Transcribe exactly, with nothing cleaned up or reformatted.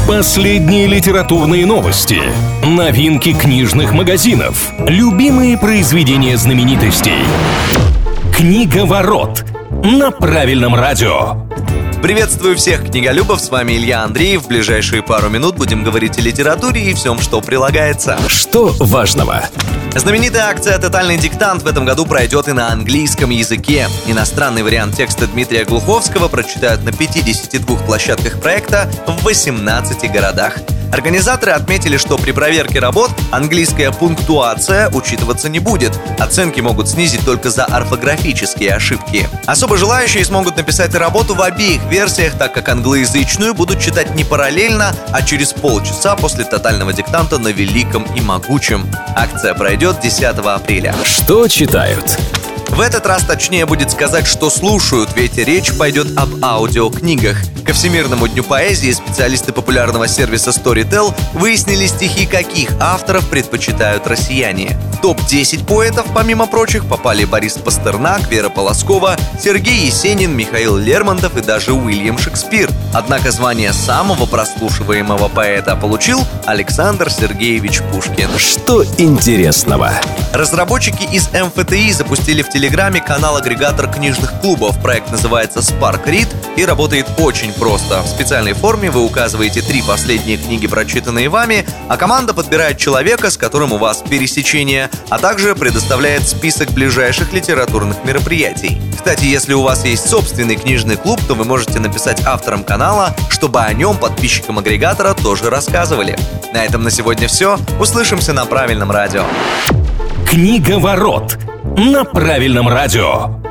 Последние литературные новости, новинки книжных магазинов, любимые произведения знаменитостей. Книговорот на правильном радио. Приветствую всех книголюбов, с вами Илья Андреев. В ближайшие пару минут будем говорить о литературе и всем, что прилагается. Что важного? Знаменитая акция «Тотальный диктант» в этом году пройдет и на английском языке. Иностранный вариант текста Дмитрия Глуховского прочитают на пятидесяти двух площадках проекта в восемнадцати городах. Организаторы отметили, что при проверке работ английская пунктуация учитываться не будет. Оценки могут снизить только за орфографические ошибки. Особо желающие смогут написать работу в обеих версиях, так как англоязычную будут читать не параллельно, а через полчаса после тотального диктанта на великом и могучем. Акция пройдет десятого апреля. Что читают? В этот раз точнее будет сказать, что слушают, ведь речь пойдет об аудиокнигах. Ко Всемирному дню поэзии специалисты популярного сервиса Storytel выяснили, стихи каких авторов предпочитают россияне. В топ десять поэтов, помимо прочих, попали Борис Пастернак, Вера Полоскова, Сергей Есенин, Михаил Лермонтов и даже Уильям Шекспир. Однако звание самого прослушиваемого поэта получил Александр Сергеевич Пушкин. Что интересного? Разработчики из эм эф тэ и запустили в Телеграме канал-агрегатор книжных клубов. Проект называется Spark Read и работает очень просто. В специальной форме вы указываете три последние книги, прочитанные вами, а команда подбирает человека, с которым у вас пересечение, а также предоставляет список ближайших литературных мероприятий. Кстати, если у вас есть собственный книжный клуб, то вы можете написать авторам канала, чтобы о нем подписчикам агрегатора тоже рассказывали. На этом на сегодня все. Услышимся на правильном радио. Книговорот на правильном радио.